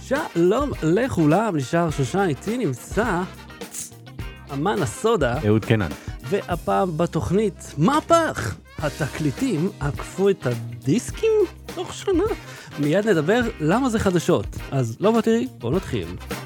שלום לכולם, נשאר שושן, איתי נמצא אמן הסודה. אהוד קנן. והפעם בתוכנית, מהפך! התקליטים עקפו את הדיסקים תוך שנה. מיד נדבר למה זה חדשות. אז לא בתראי, בואו נתחיל.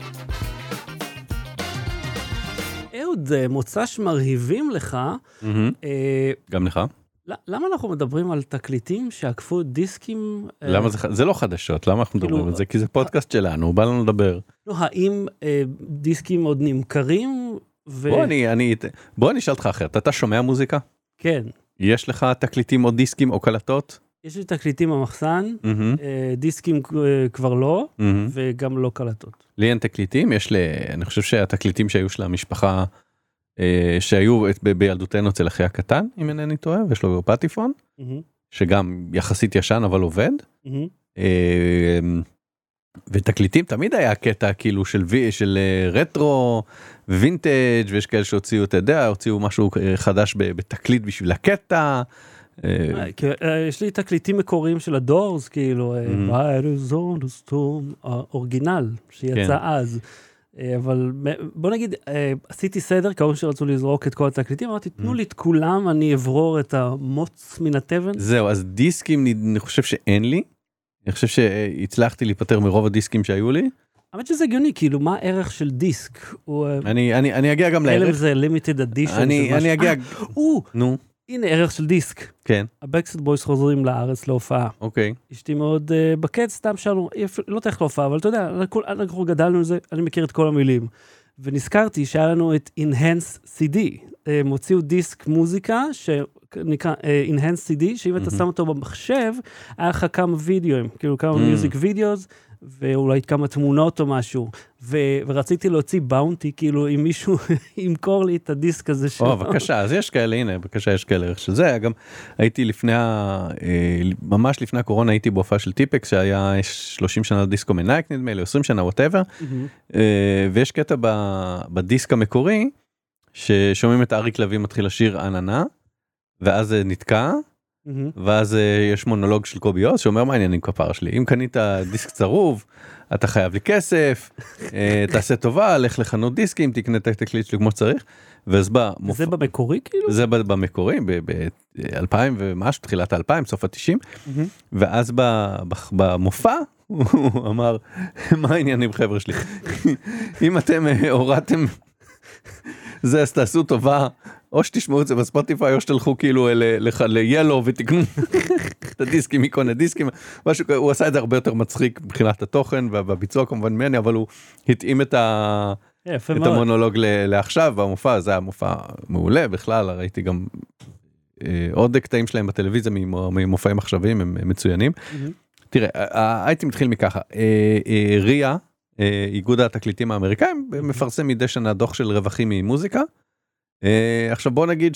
אהוד, מוצ"ש מרהיבים לך. גם לך. למה אנחנו מדברים על תקליטים שעקפו דיסקים? למה זה לא חדשות, למה אנחנו מדברים על זה? כי זה פודקאסט שלנו, בא לנו לדבר. לא, האם דיסקים עוד נמכרים? בוא אני אשאל אותך אחרת, אתה שומע מוזיקה? כן. יש לך תקליטים או דיסקים או קלטות? יש לי תקליטים במחסן, דיסקים כבר לא, וגם לא קלטות. לי אין תקליטים, אני חושב שהתקליטים שהיו של המשפחה, שהיו בילדותנו אצל אחי הקטן, אם אינני טועה, ויש לו פטיפון, שגם יחסית ישן אבל עובד, ותקליטים תמיד היה קטע כאילו של רטרו, וינטג' ויש כאלה שהוציאו, אתה יודע, הוציאו משהו חדש בתקליט בשביל הקטע. יש לי תקליטים מקוריים של הדורס, כאילו, האורגינל שיצא אז. אבל בוא נגיד, עשיתי סדר, כאלה שרצו לזרוק את כל התקליטים, אמרתי, תנו לי את כולם, אני אברור את המוץ מן התבן. זהו, אז דיסקים אני חושב שאין לי, אני חושב שהצלחתי להיפטר מרוב הדיסקים שהיו לי. האמת שזה הגיוני, כאילו, מה הערך של דיסק? אני אגיע גם לערך. אלף זה limited edition. אני אגיע, נו. הנה ערך של דיסק. כן. הבקסט בויס חוזרים לארץ להופעה. אוקיי. אשתי מאוד בקט, סתם שאלנו, לא תלך להופעה, אבל אתה יודע, אנחנו גדלנו על זה, אני מכיר את כל המילים. ונזכרתי שהיה לנו את Enhance CD. הם הוציאו דיסק מוזיקה, שנקרא Enhance CD, שאם אתה שם אותו במחשב, היה לך כמה וידאוים, כאילו כמה מיוזיק וידאוס, ואולי כמה תמונות או משהו, ורציתי להוציא באונטי, כאילו אם מישהו ימכור לי את הדיסק הזה שלו. בבקשה, אז יש כאלה, הנה, בבקשה, יש כאלה ערך של זה, גם הייתי ממש לפני הקורונה הייתי בהופעה של טיפקס, שהיה 30 שנה דיסקו מנייק נדמה לי, 20 שנה, whatever, ויש קטע בדיסק המקורי, ששומעים את אריק לוי מתחיל לשיר עננה, ואז זה נתקע, ואז יש מונולוג של קובי יוס שאומר מה העניינים כפרה שלי, אם קנית דיסק צרוב אתה חייב לי כסף, תעשה טובה, לך לחנות דיסקים, תקנה את התקליט שלי כמו שצריך. זה במקורי כאילו? זה במקורי, ב-2000 ומשהו, תחילת ה-2000, סוף ה-90, ואז במופע הוא אמר מה העניינים חבר'ה שלי, אם אתם הורדתם זה, אז תעשו טובה, או שתשמעו את זה בספוטיפיי, או שתלכו כאילו ל-Yellow ותקנו את הדיסקים, מיקון הדיסקים, משהו, הוא עשה את זה הרבה יותר מצחיק מבחינת התוכן, והביצוע כמובן ממני, אבל הוא התאים את המונולוג לעכשיו, והמופע, זה היה מופע מעולה בכלל, ראיתי גם עוד קטעים שלהם בטלוויזיה, ממופעים עכשוויים, הם מצוינים. תראה, הייתי מתחיל מככה, ריה, איגוד התקליטים האמריקאים, מפרסם מדי שנה דוח של רווחים ממוזיקה. עכשיו בוא נגיד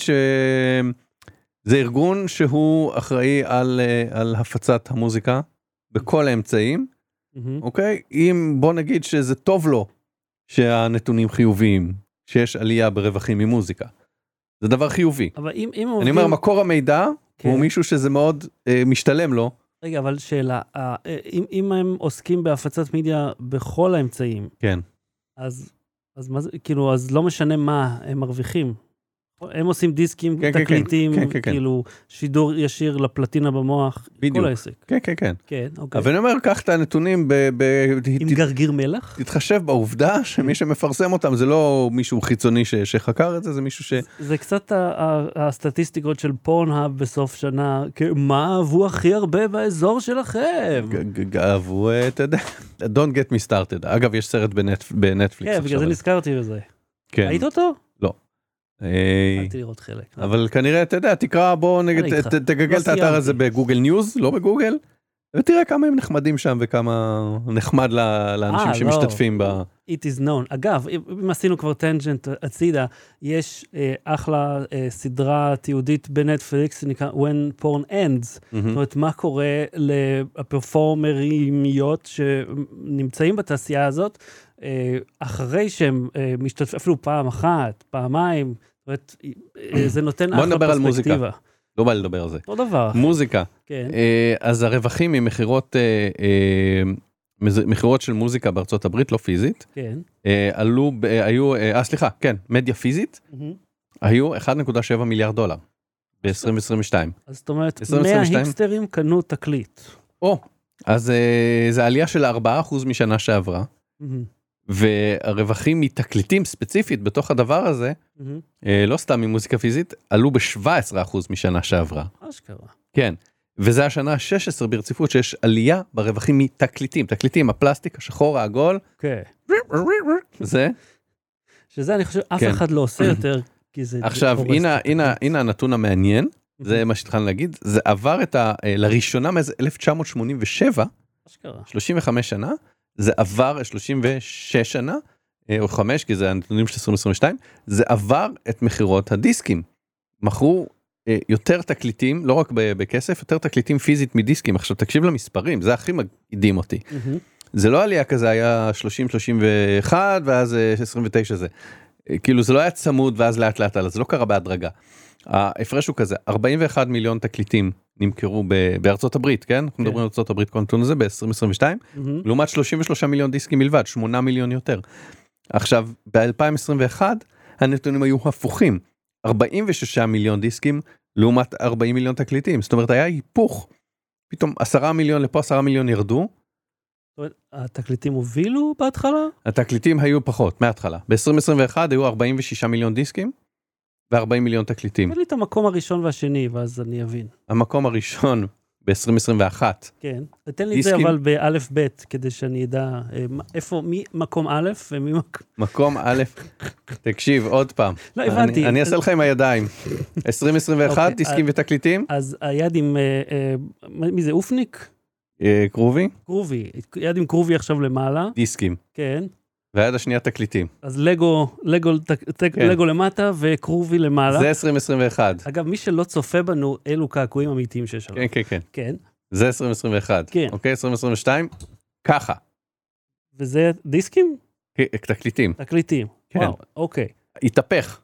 שזה ארגון שהוא אחראי על הפצת המוזיקה בכל האמצעים, אוקיי? אם בוא נגיד שזה טוב לו שהנתונים חיוביים, שיש עלייה ברווחים ממוזיקה, זה דבר חיובי. אבל אני אומר, מקור המידע הוא מישהו שזה מאוד משתלם לו. רגע, אבל שאלה, אם הם עוסקים בהפצת מדיה בכל האמצעים, כן. אז מה זה, כאילו, אז לא משנה מה הם מרוויחים. הם עושים דיסקים, תקליטים, כאילו, שידור ישיר לפלטינה במוח, כל העסק. כן, כן, כן. כן, אוקיי. אבל אני אומר, קח את הנתונים עם גרגיר מלח? תתחשב בעובדה שמי שמפרסם אותם, זה לא מישהו חיצוני שחקר את זה, זה מישהו זה קצת הסטטיסטיקות של פורנהאב בסוף שנה, מה אהבו הכי הרבה באזור שלכם? אהבו, אתה יודע, Don't get me started. אגב, יש סרט בנטפליקס. כן, בגלל זה נזכרתי בזה. כן. היית אותו? לא. הייתי לראות חלק. אבל כנראה, אתה יודע, תקרא, בוא נגיד, תגגל את האתר הזה בגוגל ניוז, לא בגוגל, ותראה כמה הם נחמדים שם, וכמה נחמד לאנשים שמשתתפים ב... It is known. אגב, אם עשינו כבר טנג'נט הצידה, יש אחלה סדרה תיעודית בנטפליקס, שנקרא When Porn Ends. זאת אומרת, מה קורה לפרפורמריות שנמצאים בתעשייה הזאת, אחרי שהם משתתפים אפילו פעם אחת, פעמיים, זאת אומרת, זה נותן אחלה פרספקטיבה. לא בא לדבר על זה. אותו דבר. מוזיקה. כן. אז הרווחים ממחירות מחירות של מוזיקה בארצות הברית, לא פיזית, כן. סליחה, כן, מדיה פיזית, היו 1.7 מיליארד דולר ב-2022. אז זאת אומרת, 100 היפסטרים קנו תקליט. אז זה עלייה של 4% משנה שעברה, והרווחים מתקליטים ספציפית בתוך הדבר הזה, לא סתם ממוזיקה פיזית, עלו ב-17% משנה שעברה. אשכרה. כן, וזה השנה ה-16 ברציפות שיש עלייה ברווחים מתקליטים, תקליטים, הפלסטיק, השחור, העגול. כן. זה? שזה אני חושב, אף אחד לא עושה יותר, כי זה... עכשיו, הנה הנתון המעניין, זה מה שהתחלנו להגיד, זה עבר לראשונה מאז 1987, 35 שנה, זה עבר 36 שנה, או 5, כי זה הנתונים של 2022, זה עבר את מחירות הדיסקים. מכרו יותר תקליטים, לא רק בכסף, יותר תקליטים פיזית מדיסקים. עכשיו תקשיב למספרים, זה הכי מדהים אותי. זה לא עלייה כזה, היה 30-31, ואז 29 זה. כאילו זה לא היה צמוד, ואז לאט לאט, אז זה לא קרה בהדרגה. ההפרש הוא כזה, 41 מיליון תקליטים נמכרו בארצות הברית, כן? אנחנו מדברים על ארצות הברית כל נתון הזה ב-2022, לעומת 33 מיליון דיסקים מלבד, 8 מיליון יותר. עכשיו, ב-2021 הנתונים היו הפוכים, 46 מיליון דיסקים לעומת 40 מיליון תקליטים, זאת אומרת היה היפוך, פתאום 10 מיליון לפה 10 מיליון ירדו. התקליטים הובילו בהתחלה? התקליטים היו פחות, מההתחלה. ב-2021 היו 46 מיליון דיסקים, ו-40 מיליון תקליטים. תן לי את המקום הראשון והשני, ואז אני אבין. המקום הראשון ב-2021. כן. תן לי את זה אבל באלף בית, כדי שאני אדע איפה, מי מקום א' ומי מקום א', תקשיב עוד פעם. לא, הבנתי. אני אעשה לך עם הידיים. 2021, דיסקים ותקליטים. אז היד עם, מי זה, אופניק? קרובי? קרובי. יד עם קרובי עכשיו למעלה. דיסקים. כן. והיד השנייה תקליטים. אז לגו למטה וקרובי למעלה. זה 2021. אגב, מי שלא צופה בנו, אלו קעקועים אמיתיים שיש לנו. כן. זה 2021. כן. אוקיי, 2022, ככה. וזה דיסקים? תקליטים. תקליטים. כן. וואו, אוקיי. התהפך.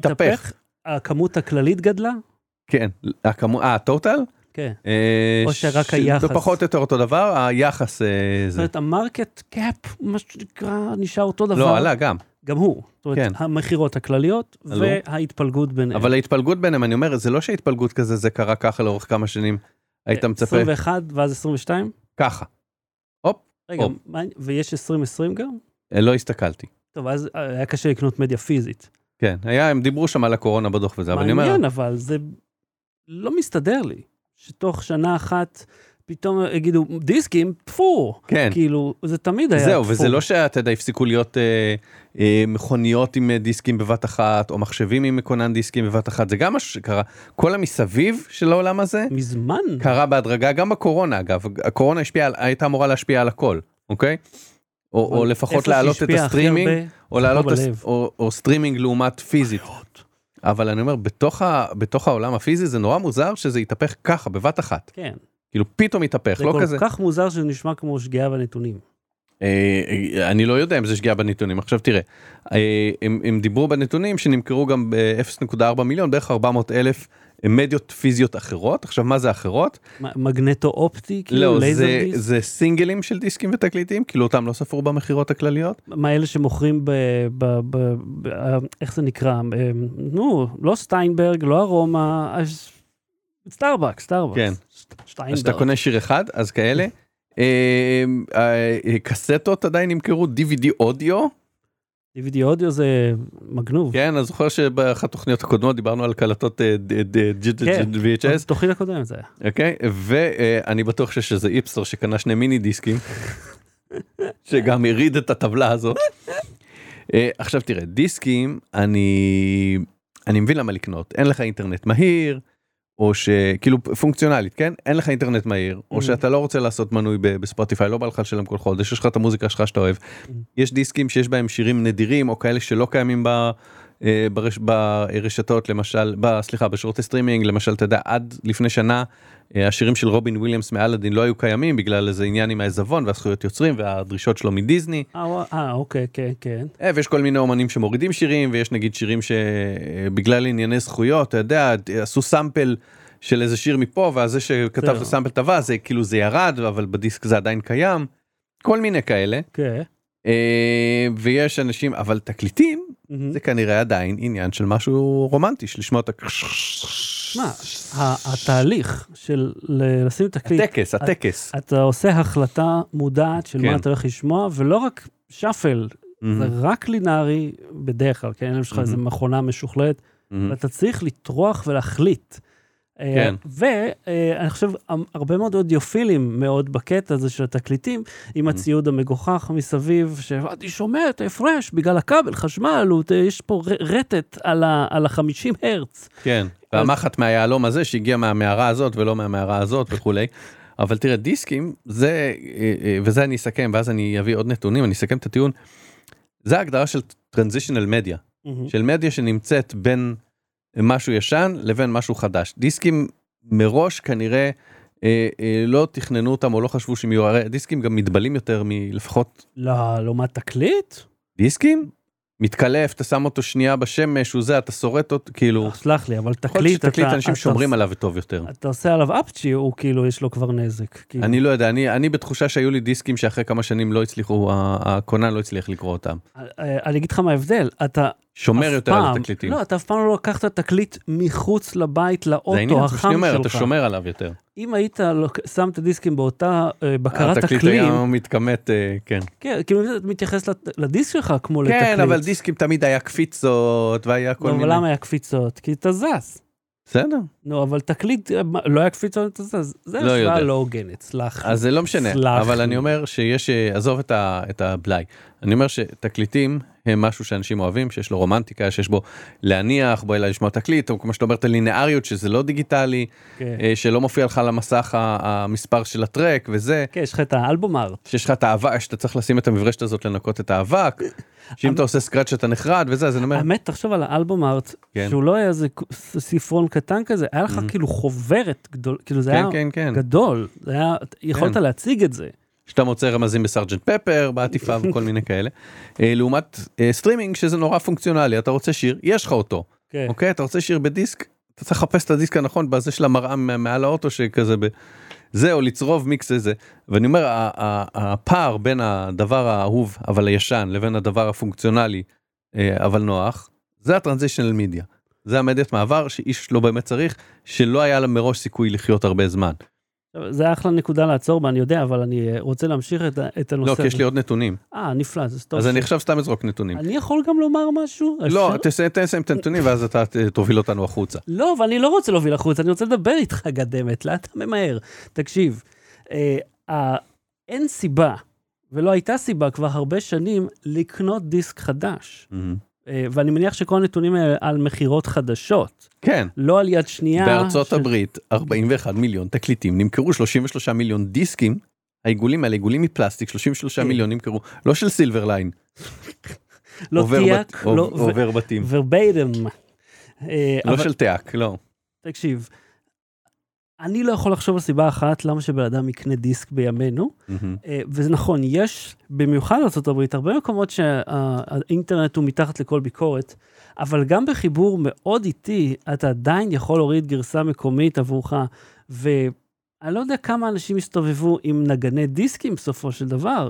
הכמות הכללית גדלה? כן. הטוטל? כן. או שרק היחס. פחות או יותר אותו דבר, היחס זאת אומרת, המרקט קאפ, מה שנקרא, נשאר אותו דבר. לא, עלה גם. גם הוא. זאת אומרת, המחירות הכלליות וההתפלגות ביניהם. אבל ההתפלגות ביניהם, אני אומר, זה לא שההתפלגות כזה, זה קרה ככה לאורך כמה שנים. היית מצפה. 21 ואז 22? ככה. הופ. רגע, ויש 2020 גם? לא הסתכלתי. טוב, אז היה קשה לקנות מדיה פיזית. כן, הם דיברו שם על הקורונה בדוח וזה, אבל אני אומר... מעניין, אבל זה לא מסתדר לי. שתוך שנה אחת פתאום יגידו, דיסקים, פפו. כן. כאילו, זה תמיד היה פפו. זהו, וזה לא שאתה יודע, הפסיקו להיות מכוניות עם דיסקים בבת אחת, או מחשבים עם מקונן דיסקים בבת אחת, זה גם מה שקרה. כל המסביב של העולם הזה, מזמן. קרה בהדרגה, גם בקורונה, אגב. הקורונה הייתה אמורה להשפיע על הכל, אוקיי? או לפחות להעלות את הסטרימינג, או להעלות או סטרימינג לעומת פיזית. אבל אני אומר, בתוך העולם הפיזי זה נורא מוזר שזה יתהפך ככה, בבת אחת. כן. כאילו פתאום יתהפך, לא כזה. זה כל כך מוזר שזה נשמע כמו שגיאה בנתונים. אני לא יודע אם זה שגיאה בנתונים. עכשיו תראה, הם דיברו בנתונים שנמכרו גם ב-0.4 מיליון, בערך 400,000 מדיות פיזיות אחרות. עכשיו מה זה אחרות? מגנטו אופטי? לא, זה סינגלים של דיסקים ותקליטים, כאילו אותם לא ספרו במחירות הכלליות. מה אלה שמוכרים איך זה נקרא? נו, לא סטיינברג, לא ארומה, סטארבקס. כן. אז אתה קונה שיר אחד, אז כאלה. קסטות עדיין נמכרו, DVD אודיו. DVD אודיו זה מגנוב. כן, אז זוכר שבאחת תוכניות הקודמות דיברנו על קלטות VHS. כן, תוכנית הקודמת זה היה. אוקיי, ואני בטוח שזה איפסטר שקנה 2 מיני דיסקים, שגם הריד את הטבלה הזאת. עכשיו תראה, דיסקים, אני מבין למה לקנות. אין לך אינטרנט מהיר, או שכאילו פונקציונלית, כן? אין לך אינטרנט מהיר, או שאתה לא רוצה לעשות מנוי בספוטיפיי, לא בא לך לשלם כל חודש, יש לך את המוזיקה שלך שאתה אוהב. יש דיסקים שיש בהם שירים נדירים, או כאלה שלא קיימים ברשתות, למשל, בשירותי סטרימינג, למשל, אתה יודע, עד לפני שנה, השירים של רובין וויליאמס מאלאדין לא היו קיימים, בגלל איזה עניין עם העזבון, והזכויות יוצרים, והדרישות שלו מדיסני. אוקיי, כן. ויש כל מיני אומנים שמורידים שירים, ויש נגיד שירים שבגלל ענייני זכויות, אתה יודע, עשו סאמפל של איזה שיר מפה, ואז זה שכתב את הסאמפל טבע, זה כאילו זה ירד, אבל בדיסק זה עדיין קיים. כל מיני כאלה. כן. ויש אנשים, אבל תקליטים, זה כנראה עדיין עניין של משהו רומנטי, של לשמוע את מה, התהליך של לשים תקליט, הטקס. אתה עושה החלטה מודעת של מה אתה הולך לשמוע, ולא רק שפל, זה רק לינארי בדרך כלל, כן? יש לך איזו מכונה משוכלת, ואתה צריך לטרוח ולהחליט. ואני חושב, הרבה מאוד אודיופילים מאוד בקטע הזה של התקליטים, עם הציוד המגוחך מסביב, שאני שומע את ההפרש בגלל הכבל, חשמל, יש פה רטט על ה-50 הרץ. כן, והמחט מהיעלום הזה שהגיע מהמערה הזאת ולא מהמערה הזאת וכולי. אבל תראה, דיסקים, וזה אני אסכם, ואז אני אביא עוד נתונים, אני אסכם את הטיעון, זה ההגדרה של טרנזישנל מדיה, של מדיה שנמצאת בין משהו ישן לבין משהו חדש. דיסקים מראש כנראה לא תכננו אותם או לא חשבו שהם יהיו, דיסקים גם מתבלים יותר מלפחות... לא, מה תקליט? דיסקים? מתקלף, אתה שם אותו שנייה בשמש, אתה שורט אותו, כאילו... סלח לי, אבל תקליט... תקליט, אנשים שומרים עליו טוב יותר. אתה עושה עליו אפצ'י, הוא כאילו, יש לו כבר נזק. אני לא יודע, אני בתחושה שהיו לי דיסקים שאחרי כמה שנים לא הצליחו, הקונן לא הצליח לקרוא אותם. אני אגיד לך מה ההבדל, אתה... שומר יותר על התקליטים. לא, אתה אף פעם לא לקחת תקליט מחוץ לבית, לאוטו החם שלך. זה העניין שאני אומר, אתה שומר עליו יותר. אם היית שם את הדיסקים באותה בקרת התקליט אקלים... היה מתכמת, כן. כן, כאילו אתה מתייחס לדיסק שלך כמו לתקליט. כן, אבל דיסקים תמיד היה קפיצות, והיה כל מיני... אבל למה היה קפיצות? כי אתה זז. בסדר. נו, אבל תקליט, לא היה קפיצות, אתה זז. זה השוואה לא הוגנת, סלח. אז זה לא משנה, אבל אני אומר שיש, עזוב את הבלי, אני אומר שתקליטים הם משהו שאנשים אוהבים, שיש לו רומנטיקה, שיש בו להניח, בו אלא לשמוע תקליט, או כמו שאתה אומרת, לינאריות, שזה לא דיגיטלי, שלא מופיע לך על המסך המספר של הטרק, וזה. כן, יש לך את האלבום ארט. שיש לך את האבק, שאתה צריך לשים את המברשת הזאת לנקות את האבק, שאם אתה עושה סקרץ' אתה נחרד, וזה, אז אני אומר... האמת, תחשוב על האלבום ארט, שהוא לא היה איזה ספרון קטן כזה, היה לך כאילו חוברת גדול, כאילו זה היה גדול, יכולת להציג את זה. שאתה מוצא רמזים בסרג'נט פפר, בעטיפה וכל מיני כאלה. לעומת סטרימינג, שזה נורא פונקציונלי, אתה רוצה שיר, יש לך אותו. אוקיי? אתה רוצה שיר בדיסק, אתה צריך לחפש את הדיסק הנכון, בזה של המראה מעל האוטו, שכזה זה, או לצרוב מיקס איזה. ואני אומר, הפער בין הדבר האהוב, אבל הישן, לבין הדבר הפונקציונלי, אבל נוח, זה הטרנזישנל מדיה. זה המדיית מעבר, שאיש לא באמת צריך, שלא היה לה מראש סיכוי לחיות הרבה זמן. זה אחלה נקודה לעצור בה, אני יודע, אבל אני רוצה להמשיך את הנושא. לא, כי יש לי עוד נתונים. נפלא, זה טוב. אז אני עכשיו סתם אזרוק נתונים. אני יכול גם לומר משהו? לא, תסיים את הנתונים, ואז אתה תוביל אותנו החוצה. לא, אבל אני לא רוצה להוביל החוצה, אני רוצה לדבר איתך גדמת, לאט אתה ממהר. תקשיב, אין סיבה, ולא הייתה סיבה כבר הרבה שנים, לקנות דיסק חדש. ואני מניח שכל הנתונים האלה על מחירות חדשות. כן. לא על יד שנייה. בארצות הברית, 41 מיליון תקליטים, נמכרו 33 מיליון דיסקים, העיגולים האלה, עיגולים מפלסטיק, 33 מיליון נמכרו, לא של סילבר ליין. לא תיאק, עובר בתים. ורביידם. לא של תיאק, לא. תקשיב, אני לא יכול לחשוב על סיבה אחת למה שבן אדם יקנה דיסק בימינו, וזה נכון, יש במיוחד בארצות הברית הרבה מקומות שהאינטרנט הוא מתחת לכל ביקורת, אבל גם בחיבור מאוד איטי, אתה עדיין יכול להוריד גרסה מקומית עבורך, ואני לא יודע כמה אנשים הסתובבו עם נגני דיסקים בסופו של דבר.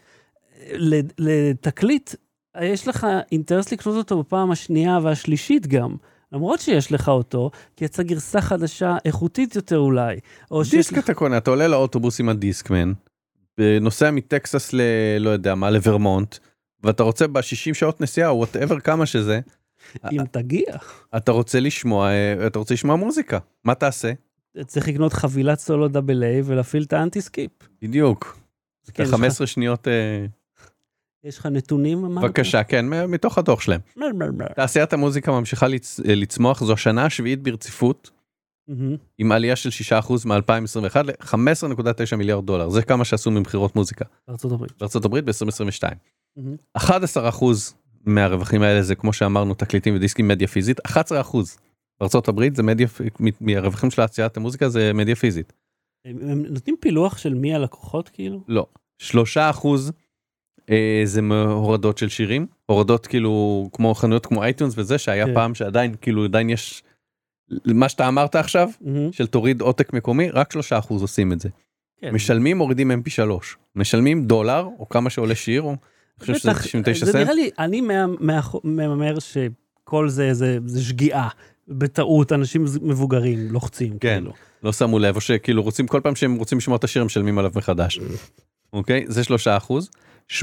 לתקליט, יש לך אינטרס לקנות אותו בפעם השנייה והשלישית גם, למרות שיש לך אותו, כי יצא גרסה חדשה, איכותית יותר אולי. דיסק אתה קונה, אתה עולה לאוטובוס עם הדיסקמן, נוסע מטקסס לא יודע מה, לוורמונט, ואתה רוצה ב-60 שעות נסיעה, או whatever כמה שזה. אם תגיע. אתה רוצה לשמוע מוזיקה. מה תעשה? צריך לקנות חבילת סולו דאבל איי, ולהפעיל את האנטי סקיפ. בדיוק. 15 שניות... יש לך נתונים? בבקשה, כן, מתוך הדוח שלהם. תעשיית המוזיקה ממשיכה לצמוח, זו השנה השביעית ברציפות, עם עלייה של 6% מ-2021 ל-15.9 מיליארד דולר. זה כמה שעשו ממחירות מוזיקה. בארצות הברית ב-2022. 11% מהרווחים האלה זה, כמו שאמרנו, תקליטים ודיסקים מדיה פיזית. 11% בארצות הברית זה מדיה, מהרווחים של עשיית המוזיקה זה מדיה פיזית. הם נותנים פילוח של מי הלקוחות כאילו? לא. 3% זה הורדות של שירים, הורדות כאילו כמו חנויות כמו אייטונס וזה, שהיה פעם שעדיין כאילו עדיין יש, מה שאתה אמרת עכשיו, של תוריד עותק מקומי, רק 3% עושים את זה. משלמים, מורידים mp3. משלמים דולר, או כמה שעולה שיר, או אני חושב שזה 99 סנט. זה נראה לי, אני מאמר שכל זה שגיאה. בטעות, אנשים מבוגרים, לוחצים. כן, לא שמו לב, או שכאילו רוצים, כל פעם שהם רוצים לשמוע את השיר, הם משלמים עליו מחדש. אוקיי? זה 3%. 84%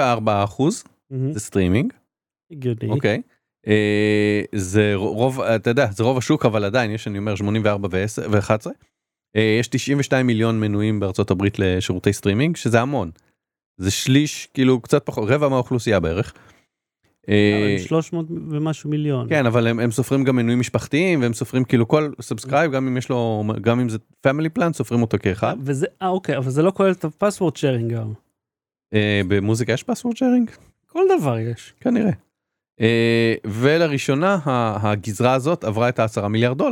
זה סטרימינג. הגיוני. אוקיי? זה רוב, אתה יודע, זה רוב השוק, אבל עדיין יש, אני אומר, 84 ו-11. יש 92 מיליון מנויים בארצות הברית לשירותי סטרימינג, שזה המון. זה שליש, כאילו, קצת פחות, רבע מהאוכלוסייה בערך. 300 ומשהו מיליון. כן, אבל הם סופרים גם מנויים משפחתיים, והם סופרים כאילו כל סאבסקרייב, גם אם יש לו, גם אם זה פמילי פלן, סופרים אותו כאחד. אוקיי, אבל זה לא כולל את הפסוורד שיירינג גם. במוזיקה יש פסוורד שיירינג? כל דבר יש. כנראה. ולראשונה, הגזרה הזאת עברה את $10 מיליארד.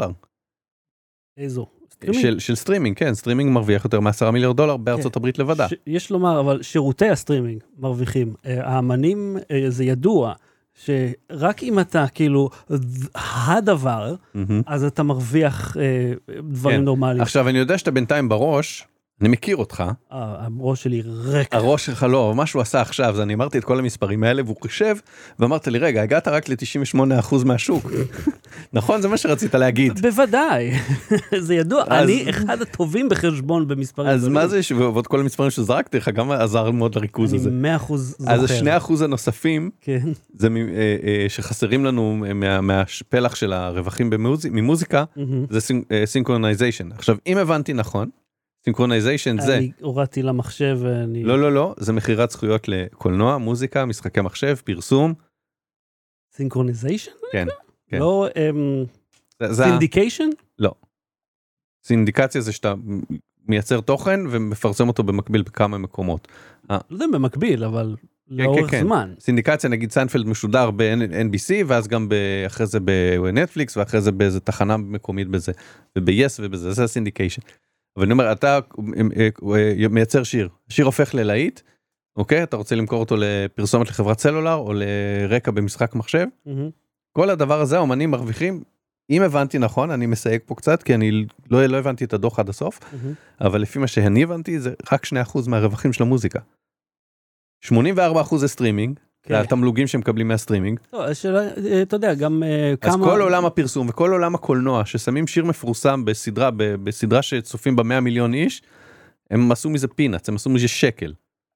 איזו? של סטרימינג, כן, סטרימינג מרוויח יותר $10 מיליארד בארצות הברית לבדה. יש לומר, אבל שירותי הסטרימינג מרוויחים. האמנים, זה ידוע, שרק אם אתה כאילו הדבר, אז אתה מרוויח דברים נורמליים. עכשיו, אני יודע שאתה בינתיים בראש, אני מכיר אותך. הראש שלי ריק. הראש שלך לא, מה שהוא עשה עכשיו, אז אני אמרתי את כל המספרים האלה, והוא חושב, ואמרת לי, רגע, הגעת רק ל-98% מהשוק. נכון? זה מה שרצית להגיד. בוודאי. זה ידוע. אני אחד הטובים בחשבון במספרים. אז מה זה, ועוד כל המספרים שזרקתי לך, גם עזר מאוד לריכוז הזה. אני 100% זוכר. אז 2% הנוספים, זה שחסרים לנו מהפלח של הרווחים ממוזיקה, זה סינכרונייזיישן. עכשיו, אם הבנתי נכון, סינכרונייזיישן זה... אני הורדתי למחשב ואני... לא, זה מחירת זכויות לקולנוע, מוזיקה, משחקי מחשב, פרסום. סינכרונייזיישן? כן. לא... סינדיקיישן? לא. סינדיקציה זה שאתה מייצר תוכן ומפרסם אותו במקביל בכמה מקומות. לא יודע במקביל, אבל לאורך זמן. סינדיקציה, נגיד סיינפלד משודר ב-NBC, ואז גם אחרי זה בנטפליקס, ואחרי זה באיזה תחנה מקומית בזה, וב-yes ובזה, זה הסינדיקיישן. אבל אני אומר, אתה מייצר שיר, השיר הופך ללהיט, אוקיי? אתה רוצה למכור אותו לפרסומת לחברת סלולר, או לרקע במשחק מחשב, כל הדבר הזה, אומנים מרוויחים, אם הבנתי נכון, אני מסייג פה קצת, כי אני לא הבנתי את הדוח עד הסוף, אבל לפי מה שאני הבנתי, זה רק 2% מהרווחים של המוזיקה. 84% זה סטרימינג, זה התמלוגים שמקבלים מהסטרימינג. אתה יודע, גם כמה... אז כל עולם הפרסום וכל עולם הקולנוע, ששמים שיר מפורסם בסדרה שצופים ב100 מיליון איש, הם עשו מזה פינאץ, הם עשו מזה שקל.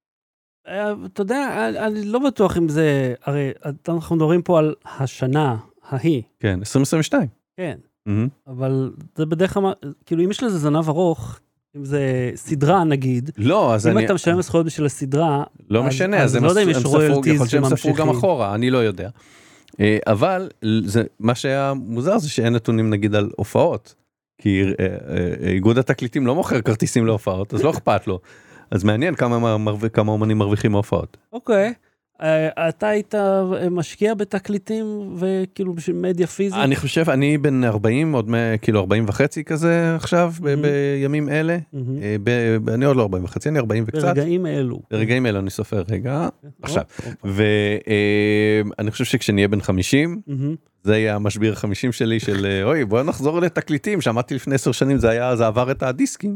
אתה יודע, אני לא בטוח אם זה, הרי אנחנו מדברים פה על השנה ההיא. כן, 2022. כן, אבל זה בדרך כלל, כאילו אם יש לזה זנב ארוך, אם זה סדרה נגיד, לא, אז אם אתה משלם זכויות בשביל הסדרה, לא משנה, אז לא יודע אם יש רויאלטיז שהם ספרו גם אחורה, אני לא יודע. אבל מה שהיה מוזר זה שאין נתונים נגיד על הופעות, כי איגוד התקליטים לא מוכר כרטיסים להופעות, אז לא אכפת לו. אז מעניין כמה אומנים מרוויחים מהופעות. אוקיי. אתה היית משקיע בתקליטים וכאילו בשביל מדיה פיזית? אני חושב, אני בן 40, עוד כאילו 40 וחצי כזה עכשיו, בימים אלה. אני עוד לא 40 וחצי, אני 40 וקצת. ברגעים אלו. ברגעים אלו, אני סופר רגע. עכשיו. ואני חושב שכשנהיה בן 50, זה יהיה המשביר 50 שלי של, אוי, בוא נחזור לתקליטים, שמעתי לפני 10 שנים, זה עבר את הדיסקים.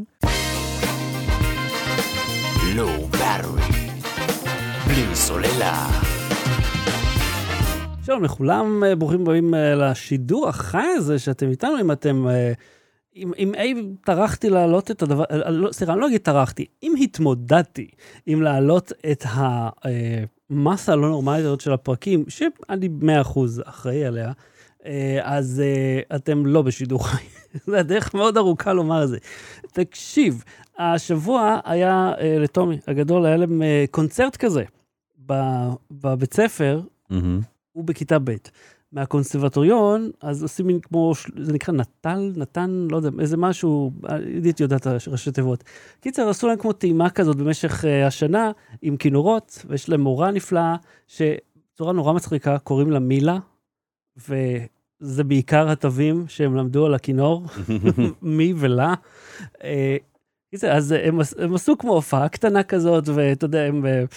Low battery. בלי סוללה. שלום לכולם, ברוכים הבאים לשידור החי הזה שאתם איתנו, אם אתם, אם אי טרחתי להעלות את הדבר, סליחה, אני לא אגיד טרחתי, אם התמודדתי עם להעלות את המסה הלא נורמלית של הפרקים, שאני 100% אחראי עליה, אז אתם לא בשידור חי. זה הדרך מאוד ארוכה לומר את זה. תקשיב, השבוע היה לטומי הגדול, היה להם קונצרט כזה, בבית ספר, הוא בכיתה ב'. מהקונסרבטוריון, אז עושים מין כמו, זה נקרא נתן, לא יודע, איזה משהו, ידידי יודעת ראשי תיבות. קיצר, עשו להם כמו טעימה כזאת במשך השנה, עם כינורות, ויש להם מורה נפלאה, שצורה נורא מצחיקה, קוראים לה מילה, וזה בעיקר הטבים שהם למדו על הכינור, מי ולה. אז הם עשו כמו הופעה קטנה כזאת, ואתה יודע,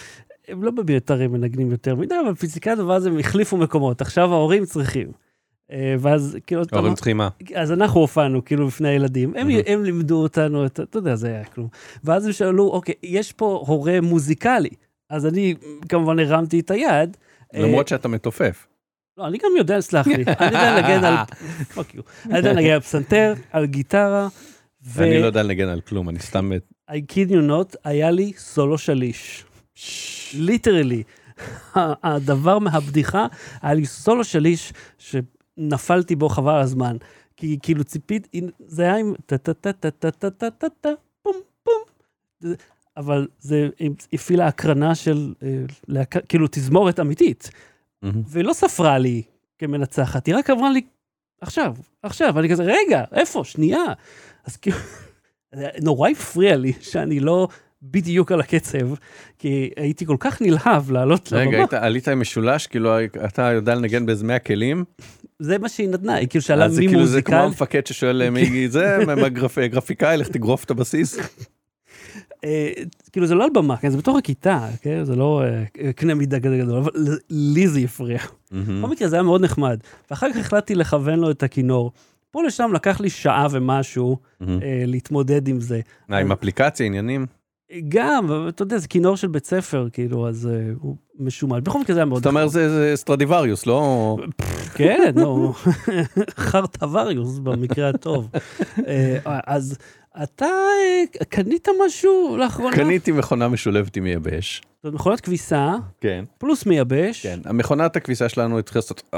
הם לא בביתרים מנגנים יותר מדי, אבל פיזיקה הדבר הזה הם החליפו מקומות, עכשיו ההורים צריכים. ואז כאילו... ההורים צריכים מה? אז אנחנו הופענו כאילו בפני הילדים, הם לימדו אותנו, אתה יודע, זה היה כלום. ואז הם שאלו, אוקיי, יש פה הורה מוזיקלי, אז אני כמובן הרמתי את היד. למרות שאתה מתופף. לא, אני גם יודע, סלח לי, אני יודע לנגן על... אני יודע לנגן על פסנתר, על גיטרה, אני לא יודע לנגן על כלום, אני סתם... I kid you not, היה לי סולו שליש. ליטרלי. הדבר מהבדיחה, היה לי סולו שליש שנפלתי בו חבל הזמן. כי כאילו ציפית, זה היה עם טה-טה-טה-טה-טה-טה-טה, פום פום. אבל זה הפעילה הקרנה של, כאילו תזמורת אמיתית. ולא ספרה לי כמנצחת, היא רק עברה לי, עכשיו, אני כזה, רגע, איפה, שנייה. אז כאילו, נורא הפריע לי שאני לא בדיוק על הקצב, כי הייתי כל כך נלהב לעלות לבמה. רגע, עלית עם משולש, כאילו אתה יודע לנגן באיזה 100 כלים? זה מה שהיא נתנה, היא כאילו שאלה מי מוזיקל. אז כאילו זה כמו המפקד ששואל מי זה, גרפיקאי, לך תגרוף את הבסיס. כאילו זה לא על במה, זה בתוך הכיתה, זה לא קנה מידה כזה גדול, אבל לי זה יפריע. במקרה זה היה מאוד נחמד, ואחר כך החלטתי לכוון לו את הכינור. פה לשם לקח לי שעה ומשהו להתמודד עם זה. עם אפליקציה, עניינים? גם, אתה יודע, זה כינור של בית ספר, כאילו, אז הוא משומד. בכל מקרה זה היה מאוד... זאת אומרת, זה סטרדיווריוס, לא... כן, לא, חרטווריוס במקרה הטוב. אז אתה קנית משהו לאחרונה? קניתי מכונה משולבת עם מייבש. זאת מכונת כביסה, כן. פלוס מייבש. כן, המכונת הכביסה שלנו התחילה לעשות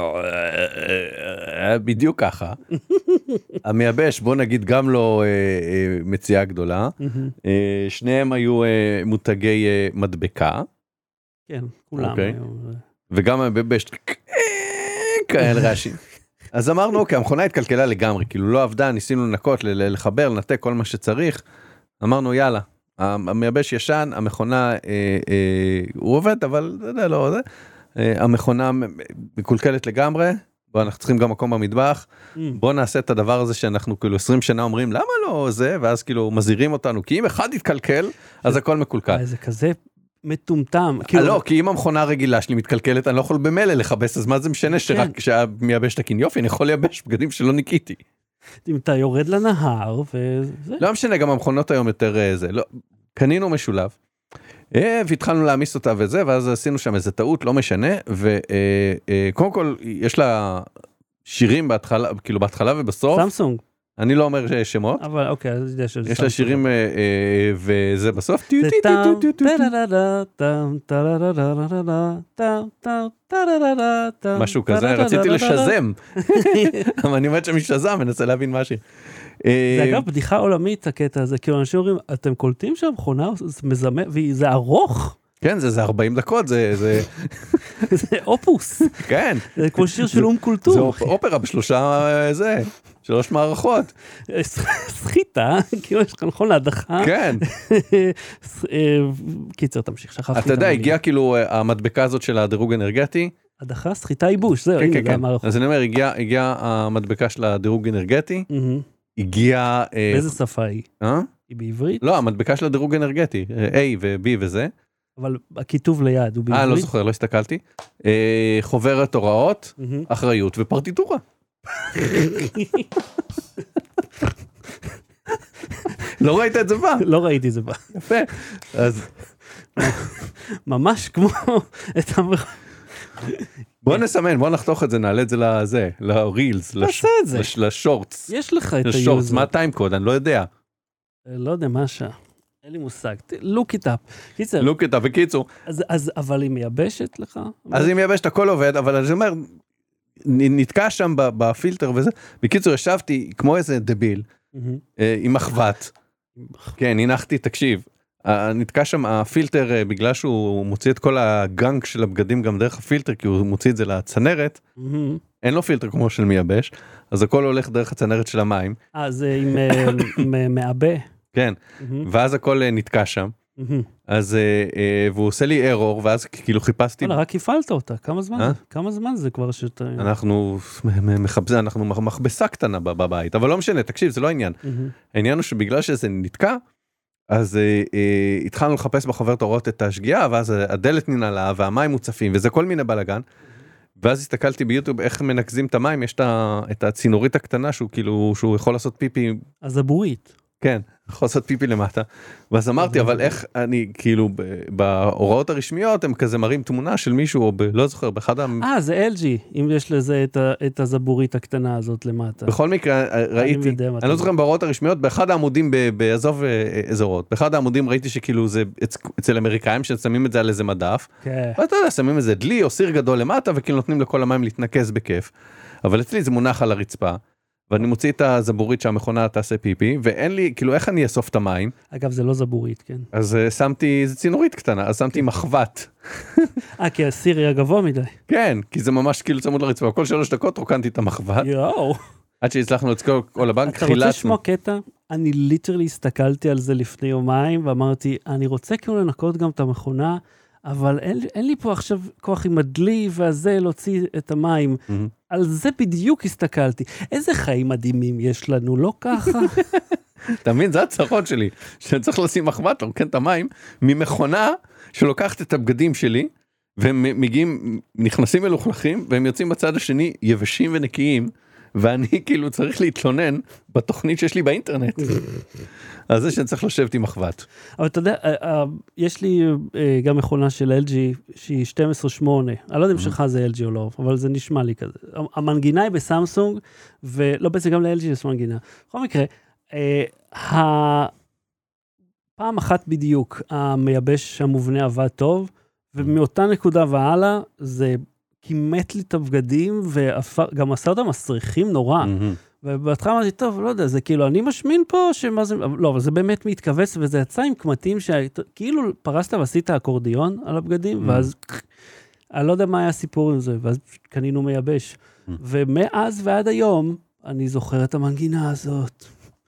בדיוק ככה. המייבש, בוא נגיד, גם לא מציאה גדולה. שניהם היו מותגי מדבקה. כן, כולם. וגם המייבש כאלה רעשים. אז אמרנו, אוקיי, המכונה התקלקלה לגמרי, כאילו לא עבדה, ניסינו לנקות, לחבר, לנתק כל מה שצריך. אמרנו, יאללה, המייבש ישן, המכונה, הוא עובד, אבל זה לא זה. המכונה מקולקלת לגמרי, בוא, אנחנו צריכים גם מקום במטבח, בוא נעשה את הדבר הזה שאנחנו כאילו 20 שנה אומרים, למה לא זה? ואז כאילו מזהירים אותנו, כי אם אחד יתקלקל, אז הכל מקולקל. זה כזה מטומטם. לא, כי אם המכונה הרגילה שלי מתקלקלת, אני לא יכול במילא לחבש, אז מה זה משנה שרק כשמייבש תקין? יופי, אני יכול לייבש בגדים שלא ניקיתי. אם אתה יורד לנהר, וזה... לא משנה, גם המכונות היום יותר זה, לא, קנינו משולב, והתחלנו להעמיס אותה וזה, ואז עשינו שם איזה טעות, לא משנה, וקודם כל, יש לה שירים בהתחלה, כאילו בהתחלה ובסוף. סמסונג. אני לא אומר שמות. אבל אוקיי, אז יודע שזה יש לה שירים, וזה בסוף. משהו כזה, רציתי לשזם. אבל אני אומרת שמשזם, מנסה להבין משהו. זה אגב בדיחה עולמית הקטע הזה, כאילו אנשים אומרים, אתם קולטים שהמכונה מזמה, וזה ארוך. כן, זה 40 דקות, זה אופוס. כן. זה כמו שיר של קולטור. זה אופרה בשלושה, זה, 3 מערכות. סחיטה, כאילו יש לך נכון להדחה. כן. קיצר, תמשיך, שכחתי. אתה יודע, הגיעה כאילו המדבקה הזאת של הדירוג אנרגטי. הדחה, סחיטה, ייבוש, זהו, הנה, זה המערכות. אז אני אומר, הגיעה המדבקה של הדירוג אנרגטי, הגיעה... באיזה שפה היא? היא בעברית? לא, המדבקה של הדירוג אנרגטי, A ו-B וזה. אבל הכיתוב ליד הוא בעברית? לא זוכר, לא הסתכלתי. חוברת הוראות, אחריות ופרטיטורה. לא ראית את זה בה? לא ראיתי את זה בה. יפה. אז... ממש כמו את בוא נסמן, בוא נחתוך את זה, נעלה את זה לזה, לרילס, לשורטס. יש לך את לשורטס, מה הטיימקוד? אני לא יודע. לא יודע מה השעה. אין לי מושג. look it up. look it up, בקיצור. אבל היא מייבשת לך? אז היא מייבשת, הכל עובד, אבל אני אומר, נתקע שם בפילטר וזה. בקיצור, ישבתי כמו איזה דביל, עם מחבת. כן, הנחתי, תקשיב. נתקע שם הפילטר, בגלל שהוא מוציא את כל הגנק של הבגדים גם דרך הפילטר, כי הוא מוציא את זה לצנרת, אין לו פילטר כמו של מייבש, אז הכל הולך דרך הצנרת של המים. זה עם מעבה. כן, ואז הכל נתקע שם, אז, והוא עושה לי ארור, ואז כאילו חיפשתי... רק הפעלת אותה, כמה זמן זה? כמה זמן זה כבר שאתה... אנחנו מכבסה קטנה בבית, אבל לא משנה, תקשיב, זה לא העניין. העניין הוא שבגלל שזה נתקע, אז התחלנו לחפש בחוברת הוראות את השגיאה, ואז הדלת ננעלה, והמים מוצפים, וזה כל מיני בלגן, ואז הסתכלתי ביוטיוב איך מנקזים את המים, יש את הצינורית הקטנה שהוא כאילו, שהוא יכול לעשות פיפי. הזבורית. כן, יכול לעשות פיפי למטה. ואז אמרתי, אבל איך אני, כאילו, בהוראות הרשמיות, הם כזה מראים תמונה של מישהו, או לא זוכר, באחד זה LG, אם יש לזה את הזבורית הקטנה הזאת למטה. בכל מקרה, ראיתי, אני לא זוכר בהוראות הרשמיות, באחד העמודים, בעזוב אזורות, באחד העמודים ראיתי שכאילו זה אצל אמריקאים ששמים את זה על איזה מדף, ואתה יודע, שמים איזה דלי או סיר גדול למטה, וכאילו נותנים לכל המים להתנקז בכיף. אבל אצלי זה מונח על הרצפה, ואני מוציא את הזבורית שהמכונה תעשה פיפי, ואין לי, כאילו, איך אני אסוף את המים? אגב, זה לא זבורית, כן. אז שמתי, זה צינורית קטנה, אז שמתי מחבת. כי הסיר היה גבוה מדי. כן, כי זה ממש כאילו צמוד לרצפה, כל 3 דקות רוקנתי את המחבת. יואו. עד שהצלחנו לצקור כל הבנק, חילצנו. אתה רוצה לשמוע קטע? אני ליטרלי הסתכלתי על זה לפני יומיים, ואמרתי, אני רוצה כאילו לנקות גם את המכונה, אבל אין לי פה עכשיו כוח עם הדלי והזה להוציא את המים. על זה בדיוק הסתכלתי. איזה חיים מדהימים יש לנו, לא ככה? אתה מבין, זה הצרות שלי, שאני צריך לשים מחבת, לרוקן את המים, ממכונה שלוקחת את הבגדים שלי, והם מגיעים, נכנסים מלוכלכים, והם יוצאים בצד השני יבשים ונקיים, ואני כאילו צריך להתלונן בתוכנית שיש לי באינטרנט. אז זה שאני צריך לשבת עם מחבת. אבל אתה יודע, יש לי גם מכונה של LG שהיא 12.8. אני לא יודע אם שלך זה LG או לא, אבל זה נשמע לי כזה. המנגינה היא בסמסונג, ולא בעצם גם ל-LG יש מנגינה. בכל מקרה, פעם אחת בדיוק המייבש המובנה עבד טוב, ומאותה נקודה והלאה זה כימת לי את הבגדים, וגם עשה אותם מסריחים נורא. ובהתחלה אמרתי, טוב, לא יודע, זה כאילו, אני משמין פה, שמה זה, לא, אבל זה באמת מתכווץ, וזה יצא עם קמטים כאילו פרסת ועשית אקורדיון על הבגדים, ואז, אני לא יודע מה היה הסיפור עם זה, ואז קנינו מייבש. ומאז ועד היום, אני זוכר את המנגינה הזאת.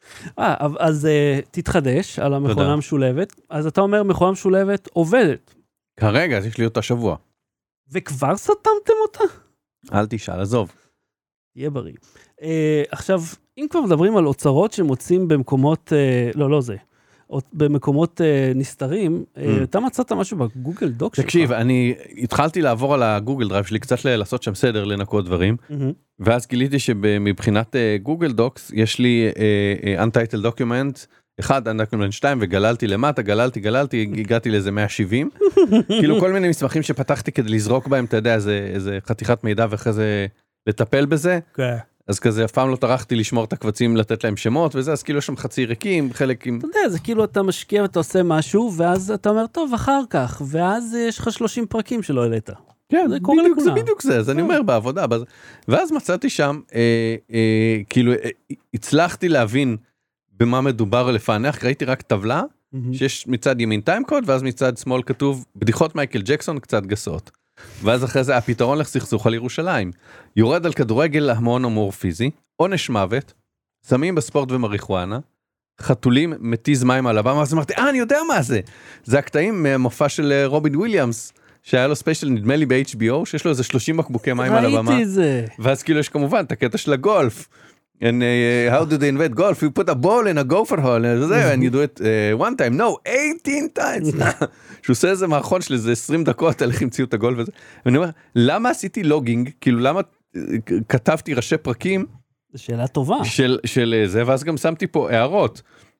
אז תתחדש על המכונה המשולבת, אז אתה אומר, מכונה משולבת עובדת. כרגע, אז יש לי אותה שבוע. וכבר סתמתם אותה? אל תשאל, עזוב. תהיה בריא. עכשיו, אם כבר מדברים על אוצרות שמוצאים במקומות, לא זה, במקומות נסתרים, אתה מצאת משהו בגוגל דוק שלך? תקשיב, אני התחלתי לעבור על הגוגל דרייב שלי, קצת לעשות שם סדר, לנקות דברים, ואז גיליתי שמבחינת גוגל דוקס, יש לי untitled document, 1, undocument 2, וגללתי למטה, גללתי, הגעתי לאיזה 170, כאילו כל מיני מסמכים שפתחתי כדי לזרוק בהם, אתה יודע, איזה חתיכת מידע ואחרי זה לטפל בזה, אז כזה אף פעם לא טרחתי לשמור את הקבצים, לתת להם שמות וזה, אז כאילו יש שם חצי ריקים, חלק עם... אתה יודע, זה כאילו אתה משקיע ואתה עושה משהו, ואז אתה אומר, טוב, אחר כך, ואז יש לך 30 פרקים שלא העלית. כן, זה בדיוק זה, אז אני אומר בעבודה, ואז מצאתי שם, כאילו, הצלחתי להבין במה מדובר לפענח, ראיתי רק טבלה, שיש מצד ימין טיימקוד, ואז מצד שמאל כתוב, בדיחות מייקל ג'קסון קצת גסות. ואז אחרי זה הפתרון לסכסוך על ירושלים. יורד על כדורגל המונומורפיזי, עונש מוות, סמים בספורט ומריחואנה, חתולים מתיז מים על הבמה, אז אמרתי, אני יודע מה זה. זה הקטעים מהמופע של רובין וויליאמס, שהיה לו ספיישל נדמה לי ב-HBO, שיש לו איזה 30 בקבוקי מים על הבמה. ראיתי זה. ואז כאילו יש כמובן את הקטע של הגולף. And how do they invent golf? You put a ball in a gopher hole, and you do it one time. No, 18 times. שהוא עושה איזה מערכון של איזה 20 דקות, על איך המציאו את הגולף הזה. ואני אומר, למה עשיתי לוגינג? כאילו, למה כתבתי ראשי פרקים? זו שאלה טובה. של זה, ואז גם שמתי פה הערות.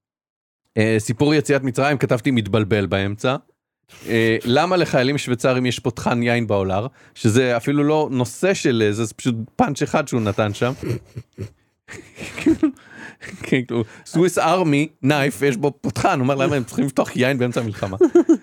סיפור יציאת מצרים, כתבתי מתבלבל באמצע. למה לחיילים שוויצרים יש פותחן יין בעולר? שזה אפילו לא נושא של זה, זה פשוט פאנץ' אחד שהוא נתן שם. סוויס ארמי נייף יש בו פותחן, אומר למה הם צריכים לפתוח יין באמצע המלחמה.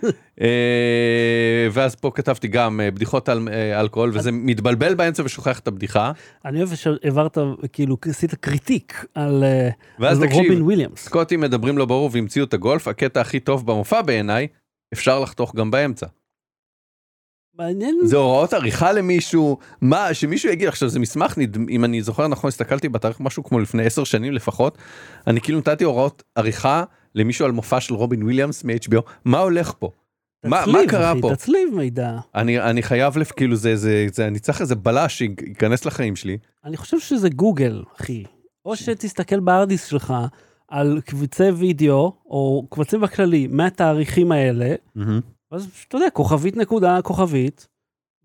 ואז פה כתבתי גם בדיחות על אלכוהול, וזה מתבלבל באמצע ושוכח את הבדיחה. אני אוהב שעברת, כאילו עשית קריטיק על רובין וויליאמס. סקוטים מדברים לא ברור והמציאו את הגולף, הקטע הכי טוב במופע בעיניי, אפשר לחתוך גם באמצע. מעניין. זה הוראות עריכה למישהו, שמישהו יגיד, עכשיו זה מסמך, אם אני זוכר נכון, הסתכלתי בתאריך משהו כמו לפני 10 שנים לפחות, אני כאילו נתתי הוראות עריכה למישהו על מופע של רובין וויליאמס מ-HBO, מה הולך פה? מה קרה פה? תצליב מידע. אני חייב כאילו אני צריך איזה בלש שיכנס לחיים שלי. אני חושב שזה גוגל, אחי. או שתסתכל בארדיס שלך, על קבצי וידאו, או קבצים בכללי, מהתאריכים האלה, אז אתה יודע, כוכבית נקודה, כוכבית,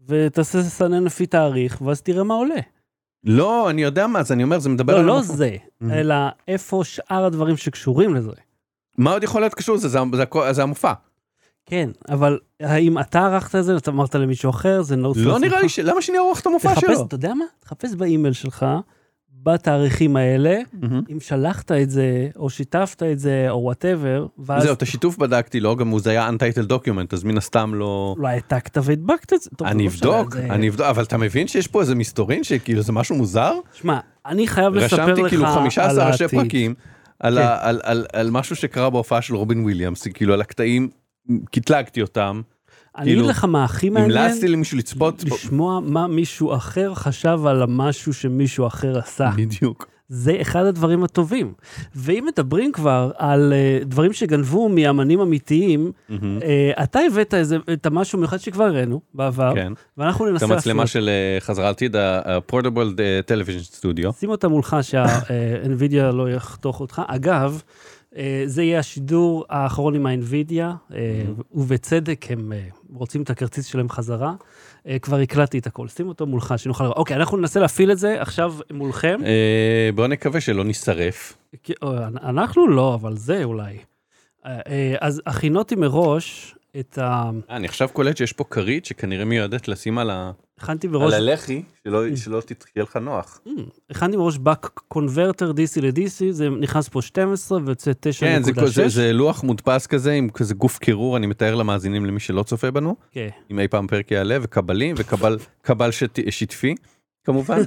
ותעשה סנן לפי תאריך, ואז תראה מה עולה. לא, אני יודע מה זה, אני אומר, זה מדבר לא זה, אלא איפה שאר הדברים שקשורים לזה. מה עוד יכול להיות קשור לזה? זה המופע. כן, אבל האם אתה ערכת את זה, אתה אמרת למישהו אחר, זה נוט לא נראה לי, למה שאני אערוך את המופע שלו? אתה יודע מה? תחפש באימייל שלך, בתאריכים האלה, אם שלחת את זה, או שיתפת את זה, או whatever, ואז... זהו, את השיתוף בדקתי לו, גם זה היה untitled document, אז מן הסתם לא... לא העתקת והדבקת את זה. אני אבדוק, אבל אתה מבין שיש פה איזה מסתורין, שכאילו זה משהו מוזר? שמע, אני חייב לספר לך רשמתי כאילו 15 ראשי העתיד. פרקים, על משהו שקרה בהופעה של רובין וויליאמס, כאילו על הקטעים, קטלגתי אותם. אני אגיד לך מה הכי מעניין, המלצתי למישהו לצפות. לשמוע מה מישהו אחר חשב על המשהו שמישהו אחר עשה. בדיוק. זה אחד הדברים הטובים. ואם מדברים כבר על דברים שגנבו מאמנים אמיתיים, אתה הבאת את המשהו מיוחד שכבר ראינו בעבר, ואנחנו ננסה את המצלמה של חזרה עתיד, ה-Portable Television Studio. שים אותה מולך שה-NVIDIA לא יחתוך אותך. אגב, זה יהיה השידור האחרון עם ה-NVIDIA, ובצדק הם רוצים את הכרטיס שלהם חזרה. כבר הקלטתי את הכל, שים אותו מולך, שנוכל לראות. אוקיי, אנחנו ננסה להפעיל את זה עכשיו מולכם. בואו נקווה שלא נשרף. אנחנו לא, אבל זה אולי. אז הכינותי מראש את ה... אני עכשיו קולט שיש פה קרית שכנראה מיועדת לשים על הכנתי הלחי, שלא תהיה לך נוח. הכנתי מראש בק קונברטר DC ל-DC, זה נכנס פה 12 ויוצא 9.6. כן, זה לוח מודפס כזה, עם כזה גוף קירור, אני מתאר למאזינים למי שלא צופה בנו, עם אי פעם פרק יעלה, וקבלים, וקבל שטפי, כמובן.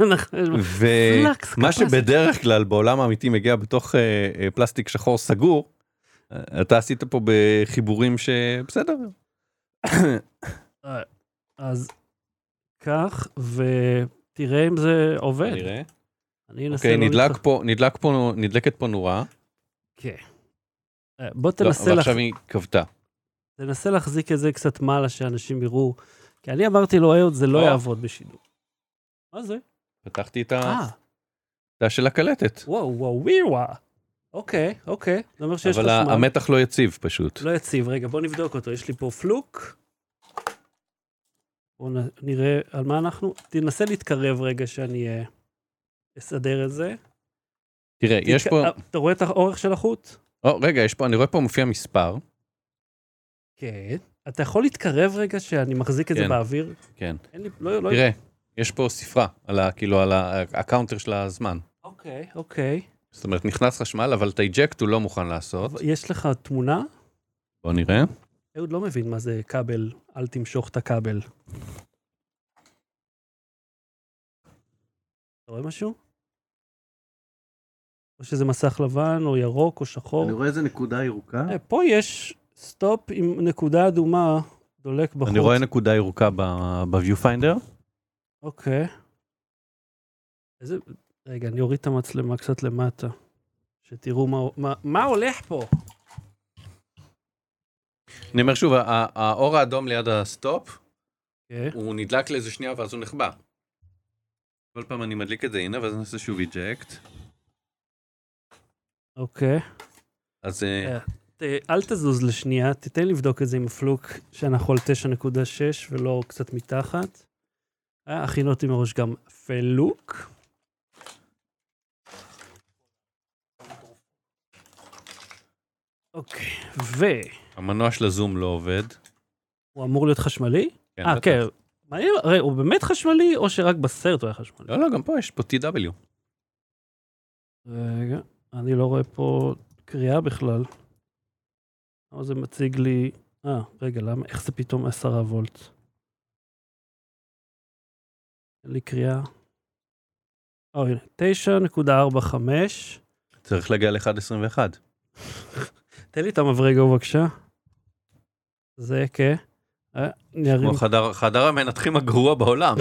ומה שבדרך כלל בעולם האמיתי מגיע בתוך פלסטיק שחור סגור, אתה עשית פה בחיבורים שבסדר. אז כך, ותראה אם זה עובד. נראה. אוקיי, נדלקת פה נורה. כן. בוא תנסה... ועכשיו היא כבתה. תנסה להחזיק את זה קצת מעלה שאנשים יראו. כי אני אמרתי לו, אהוד, זה לא יעבוד בשידור. מה זה? פתחתי את ה... של הקלטת. וואו. אוקיי. זה אומר שיש אבל חשמל. המתח לא יציב פשוט. לא יציב, רגע, בוא נבדוק אותו. יש לי פה פלוק. בואו נראה על מה אנחנו... תנסה להתקרב רגע שאני אסדר את זה. תראה, יש פה... אתה רואה את האורך של החוט? רגע, יש פה, אני רואה פה מופיע מספר. כן. אתה יכול להתקרב רגע שאני מחזיק את זה באוויר? כן. לא... תראה, יש פה ספרה, כאילו על הקאונטר של הזמן. אוקיי. זאת אומרת, נכנס חשמל, אבל את האיג'קט הוא לא מוכן לעשות. יש לך תמונה? בוא נראה. אהוד לא מבין מה זה כבל, אל תמשוך את הכבל. אתה רואה משהו? או שזה מסך לבן, או ירוק, או שחור? אני רואה איזה נקודה ירוקה. פה יש סטופ עם נקודה אדומה דולק בחוץ. אני רואה נקודה ירוקה ב-viewfinder. אוקיי. רגע, אני אוריד את המצלמה קצת למטה. שתראו מה הולך פה. אני אומר שוב, האור האדום ליד הסטופ, הוא נדלק לאיזה שנייה ואז הוא נחבא. כל פעם אני מדליק את זה, הנה, ואז נעשה שוב איג'קט. אוקיי. אז... אל תזוז לשנייה, תתן לבדוק את זה עם הפלוק שאנחנו על 9.6 ולא קצת מתחת. הכינותי מראש גם פלוק. אוקיי, המנוע של הזום לא עובד. הוא אמור להיות חשמלי? כן. כן. הרי הוא באמת חשמלי, או שרק בסרט הוא היה חשמלי? לא, גם פה יש פה TW. רגע, אני לא רואה פה קריאה בכלל. אבל זה מציג לי... רגע, למה? איך זה פתאום 10 וולט? אין לי קריאה. הנה, 9.45. צריך להגיע ל-1.21. תן לי את המברגו בבקשה. זה כן. כמו חדר המנתחים הגרוע בעולם.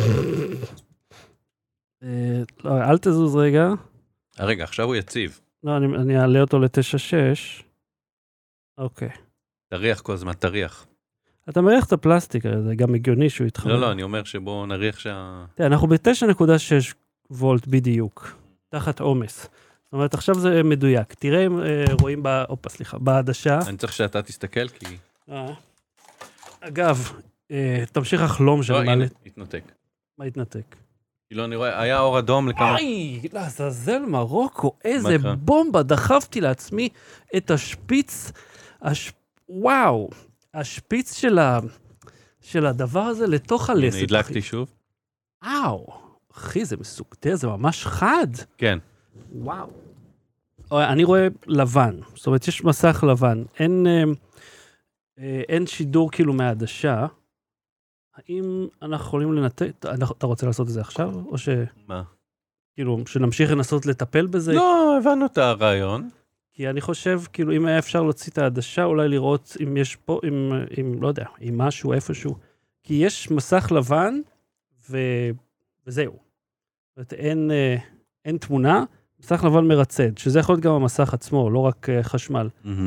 לא, אל תזוז רגע. רגע, עכשיו הוא יציב. לא, אני אעלה אותו ל-9.6. אוקיי. תריח כל הזמן, תריח. אתה מריח את הפלסטיק, זה גם הגיוני שהוא יתחבר. לא, אני אומר שבוא נריח אנחנו ב-9.6 וולט בדיוק, תחת עומס. זאת אומרת, עכשיו זה מדויק. תראה אם רואים בעדשה. אני צריך שאתה תסתכל, כי... אגב, תמשיך החלום שאני מעלה. התנתק. מה התנתק? כאילו אני רואה, היה אור אדום לכמה... איי, לעזאזל מרוקו, איזה בומבה, דחפתי לעצמי את השפיץ, וואו, השפיץ של הדבר הזה לתוך הלסת. הנה, הדלקתי שוב. אחי, זה מסוגתר, זה ממש חד. כן. וואו. אני רואה לבן, זאת אומרת, יש מסך לבן, אין שידור כאילו מהעדשה. האם אנחנו יכולים לנתק, אתה רוצה לעשות את זה עכשיו, או ש... מה? כאילו, שנמשיך לנסות לטפל בזה? לא, הבנו את הרעיון. כי אני חושב, כאילו, אם היה אפשר להוציא את העדשה, אולי לראות אם יש פה, אם לא יודע, אם משהו, איפשהו. כי יש מסך לבן, וזהו. זאת אומרת, אין תמונה, מסך לבן מרצד, שזה יכול להיות גם המסך עצמו, לא רק חשמל.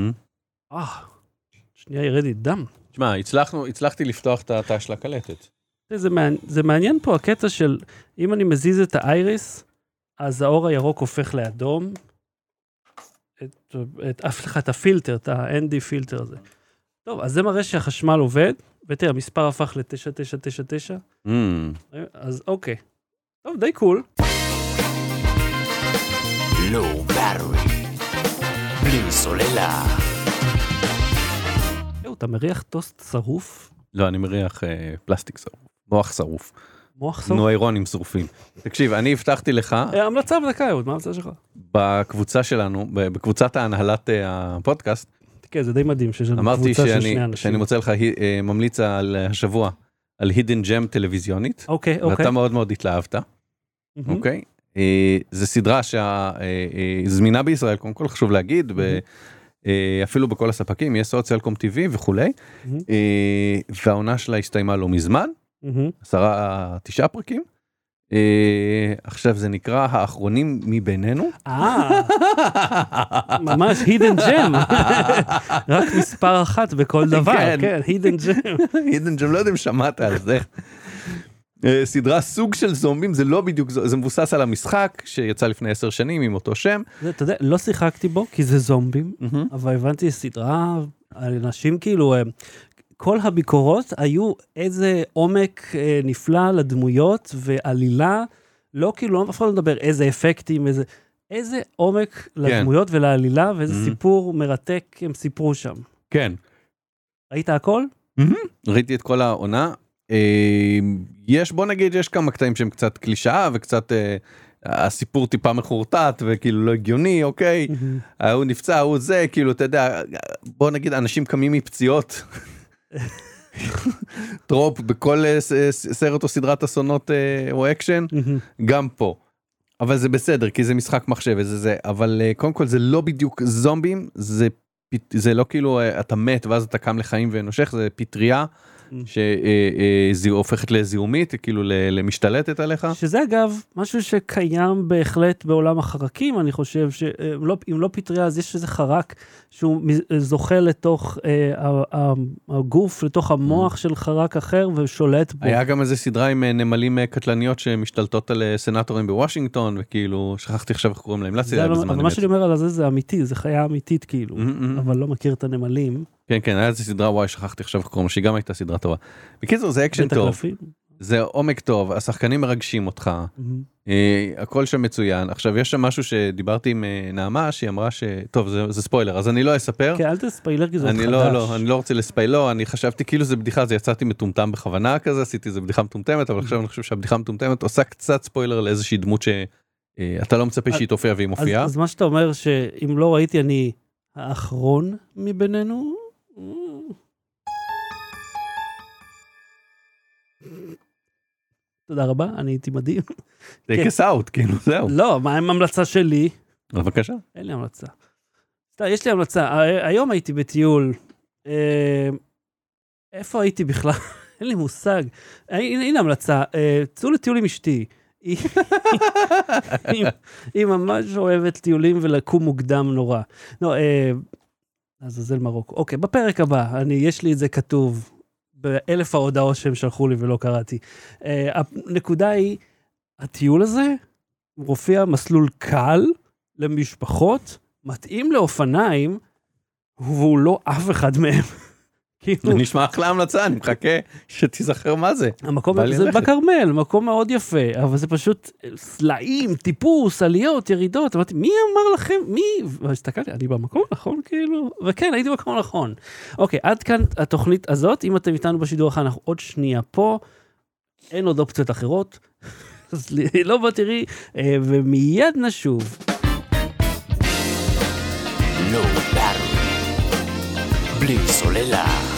שנייה, ירד לי דם. תשמע, הצלחתי לפתוח את התא של הקלטת. זה מעניין פה הקטע של, אם אני מזיז את האייריס, אז האור הירוק הופך לאדום, את הפילטר, את ה-ND פילטר הזה. טוב, אז זה מראה שהחשמל עובד, ותראה, המספר הפך ל-9999. אז אוקיי. טוב, די קול. Low battery. בלי סוללה. אתה מריח טוסט שרוף? לא, אני מריח פלסטיק שרוף. מוח שרוף. מוח שרוף? נוירונים שרופים. תקשיב, אני הבטחתי לך... המלצה בדקה, מה ההמלצה שלך? בקבוצה שלנו, בקבוצת ההנהלת הפודקאסט, כן, זה די מדהים שיש לנו קבוצה של שני אנשים. אמרתי שאני מוצא לך ממליץ על השבוע, על Hidden Gem טלוויזיונית. אוקיי. ואתה מאוד מאוד התלהבת. אוקיי? זו סדרה שזמינה בישראל, קודם כל חשוב להגיד, אפילו בכל הספקים, יש סוציאלקום TV וכולי, והעונה שלה הסתיימה לא מזמן, 9 פרקים, עכשיו זה נקרא האחרונים מבינינו. ממש Hidden Gem, רק מספר אחת בכל דבר, כן, Hidden Gem. Hidden Gem, לא יודע אם שמעת על זה. סדרה סוג של זומבים, זה לא בדיוק, זה מבוסס על המשחק שיצא לפני 10 שנים עם אותו שם. אתה יודע, לא שיחקתי בו כי זה זומבים, אבל הבנתי סדרה, אנשים כאילו, כל הביקורות היו איזה עומק נפלא לדמויות ועלילה, לא כאילו, אף אחד לא מדבר איזה אפקטים, איזה עומק לדמויות ולעלילה, ואיזה סיפור מרתק הם סיפרו שם. כן. ראית הכל? ראיתי את כל העונה. בוא נגיד, יש כמה קטעים שהם קצת קלישאה, וקצת הסיפור טיפה מחורטט, וכאילו לא הגיוני, אוקיי? הוא נפצע, הוא זה, כאילו, אתה יודע, בוא נגיד, אנשים קמים מפציעות. טרופ בכל סרט או סדרת אסונות או אקשן, גם פה. אבל זה בסדר, כי זה משחק מחשב, אבל קודם כל זה לא בדיוק זומבים, זה לא כאילו אתה מת ואז אתה קם לחיים ונושך, זה פטריה שהופכת לזיהומית, כאילו למשתלטת עליך. שזה אגב משהו שקיים בהחלט בעולם החרקים, אני חושב שאם לא פטריה אז יש איזה חרק שהוא זוכה לתוך הגוף, לתוך המוח של חרק אחר ושולט בו. היה גם איזה סדרה עם נמלים קטלניות שמשתלטות על סנטורים בוושינגטון, וכאילו שכחתי עכשיו איך קוראים להם, אבל מה שאני אומר על זה זה אמיתי, זה חיה אמיתית כאילו, אבל לא מכיר את הנמלים. כן, כן, היה איזה סדרה, וואי, שכחתי עכשיו קוראים, שהיא גם הייתה סדרה טובה. בקיצור, זה אקשן טוב, זה עומק טוב, השחקנים מרגשים אותך, הכל שם מצוין. עכשיו, יש שם משהו שדיברתי עם נעמה, שהיא אמרה טוב, זה ספוילר, אז אני לא אספר. כן, אל תספיילר, כי זה חדש. אני לא רוצה לספיילר, אני חשבתי כאילו זה בדיחה, זה יצאתי מטומטם בכוונה כזה, עשיתי זה בדיחה מטומטמת, אבל עכשיו אני חושב שהבדיחה מטומטמת עושה קצת ספוילר לאיזושהי דמות שאתה לא מצפה שהיא תופיע והיא מופיעה. אז מה שאתה אומר שאם לא ראיתי אני האחרון מבינינו, תודה רבה, אני הייתי מדהים. טקס אאוט, כאילו, זהו. לא, מה עם המלצה שלי? בבקשה. אין לי המלצה. יש לי המלצה. היום הייתי בטיול. איפה הייתי בכלל? אין לי מושג. הנה המלצה. צאו לטיול עם אשתי. היא ממש אוהבת טיולים ולקום מוקדם נורא. לא, עזאזל מרוקו. אוקיי, בפרק הבא, יש לי את זה כתוב. ב1000 ההודעות שהם שלחו לי ולא קראתי. הנקודה היא, הטיול הזה מופיע מסלול קל למשפחות, מתאים לאופניים, והוא לא אף אחד מהם. כאילו, נשמע אחלה המלצה, אני מחכה שתיזכר מה זה. המקום בא לי זה ללכת. בכרמל, מקום מאוד יפה, אבל זה פשוט סלעים, טיפוס, עליות, ירידות, אמרתי, מי אמר לכם, מי? והסתכלתי, אני במקום נכון, כאילו, וכן, הייתי במקום נכון. אוקיי, עד כאן התוכנית הזאת, אם אתם איתנו בשידור אחר, אנחנו עוד שנייה פה, אין עוד אופציות אחרות, אז לא בוא תראי, ומיד נשוב. Low Battery. בלי סוללה.